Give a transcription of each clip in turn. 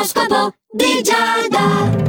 L'oroscopo di Giada.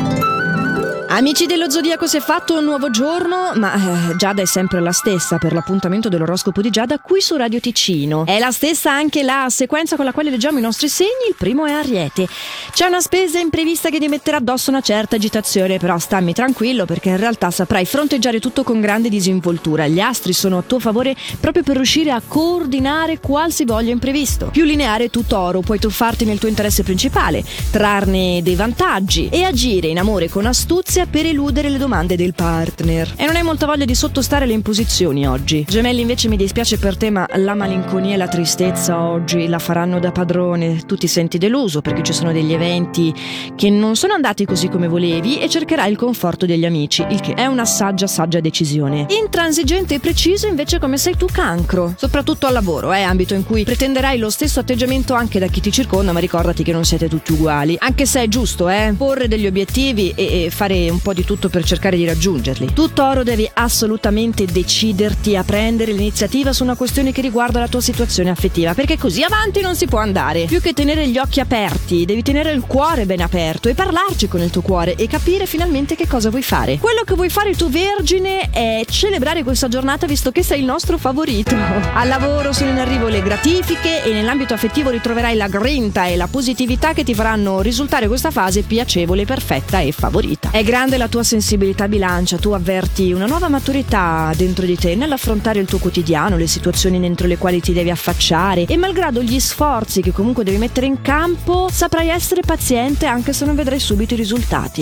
Amici dello Zodiaco, si è fatto un nuovo giorno, ma Giada è sempre la stessa per l'appuntamento dell'oroscopo di Giada qui su Radio Ticino. È la stessa anche la sequenza con la quale leggiamo i nostri segni. Il primo è Ariete. C'è una spesa imprevista che ti metterà addosso una certa agitazione, però stammi tranquillo perché in realtà saprai fronteggiare tutto con grande disinvoltura. Gli astri sono a tuo favore proprio per riuscire a coordinare qualsivoglia imprevisto. Più lineare tu Toro, puoi tuffarti nel tuo interesse principale, trarne dei vantaggi e agire in amore con astuzia per eludere le domande del partner. E non hai molta voglia di sottostare alle imposizioni oggi. Gemelli, invece mi dispiace per te, ma la malinconia e la tristezza oggi la faranno da padrone. Tu ti senti deluso perché ci sono degli eventi che non sono andati così come volevi e cercherai il conforto degli amici, il che è una saggia decisione. Intransigente e preciso invece come sei tu Cancro, soprattutto al lavoro, ambito in cui pretenderai lo stesso atteggiamento anche da chi ti circonda, ma ricordati che non siete tutti uguali, anche se è giusto porre degli obiettivi e fare un po' di tutto per cercare di raggiungerli. Tu Toro devi assolutamente deciderti a prendere l'iniziativa su una questione che riguarda la tua situazione affettiva, perché così avanti non si può andare. Più che tenere gli occhi aperti, devi tenere il cuore ben aperto e parlarci con il tuo cuore e capire finalmente che cosa vuoi fare. Quello che vuoi fare tu Vergine è celebrare questa giornata, visto che sei il nostro favorito. Al lavoro sono in arrivo le gratifiche e nell'ambito affettivo ritroverai la grinta e la positività che ti faranno risultare questa fase piacevole, perfetta e favorita. È grande la tua sensibilità Bilancia, tu avverti una nuova maturità dentro di te nell'affrontare il tuo quotidiano, le situazioni dentro le quali ti devi affacciare, e malgrado gli sforzi che comunque devi mettere in campo saprai essere paziente anche se non vedrai subito i risultati.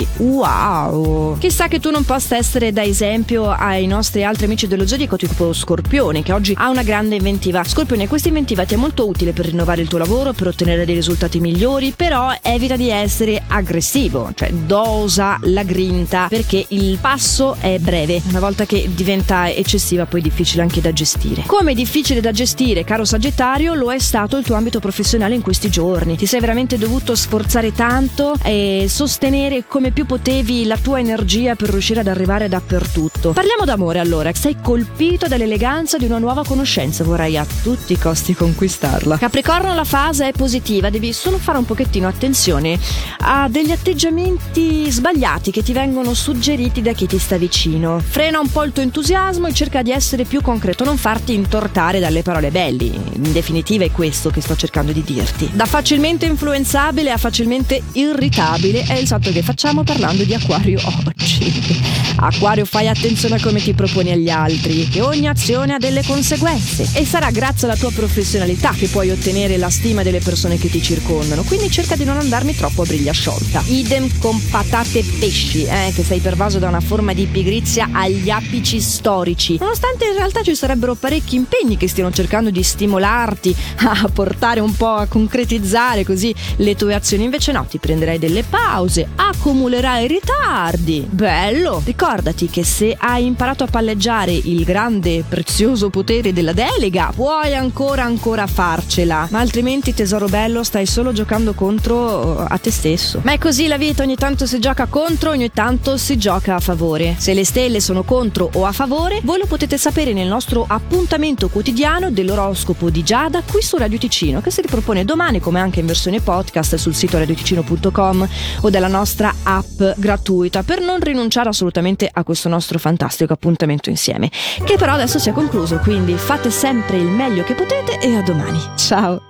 Wow! Chissà che tu non possa essere da esempio ai nostri altri amici dello Zodiaco tipo Scorpione, che oggi ha una grande inventiva. Scorpione, questa inventiva ti è molto utile per rinnovare il tuo lavoro, per ottenere dei risultati migliori, però evita di essere aggressivo, cioè dosa la grinta, perché il passo è breve. Una volta che diventa eccessiva poi è difficile anche da gestire. Come difficile da gestire, caro Sagittario, lo è stato il tuo ambito professionale in questi giorni. Ti sei veramente dovuto sforzare tanto e sostenere come più potevi la tua energia per riuscire ad arrivare dappertutto. Parliamo d'amore allora. Sei colpito dall'eleganza di una nuova conoscenza, vorrai a tutti i costi conquistarla. Capricorno, la fase è positiva, devi solo fare un pochettino attenzione a degli atteggiamenti sbagliati che ti vengono suggeriti da chi ti sta vicino. Frena un po' il tuo entusiasmo e cerca di essere più concreto, non farti intortare dalle parole belli. In definitiva è questo che sto cercando di dirti. Da facilmente influenzabile a facilmente irritabile è il salto che facciamo parlando di Acquario oggi. Acquario, fai attenzione a come ti proponi agli altri, che ogni azione ha delle conseguenze e sarà grazie alla tua professionalità che puoi ottenere la stima delle persone che ti circondano, quindi cerca di non andarmi troppo a briglia sciolta. Idem con patate e pesci, che sei pervaso da una forma di pigrizia agli apici storici, nonostante in realtà ci sarebbero parecchi impegni che stiano cercando di stimolarti a portare un po' a concretizzare così le tue azioni. Invece no, ti prenderai delle pause, accumulerai ritardi. Bello! Ricordati che se hai imparato a palleggiare il grande prezioso potere della delega, puoi ancora farcela, ma altrimenti tesoro bello stai solo giocando contro a te stesso. Ma è così la vita, ogni tanto si gioca contro, ogni tanto si gioca a favore. Se le stelle sono contro o a favore, voi lo potete sapere nel nostro appuntamento quotidiano dell'oroscopo di Giada qui su Radio Ticino, che si ripropone domani, come anche in versione podcast sul sito radioticino.com o della nostra app gratuita, per non rinunciare assolutamente a questo nostro fantastico appuntamento insieme, che però adesso si è concluso, quindi fate sempre il meglio che potete e a domani. Ciao!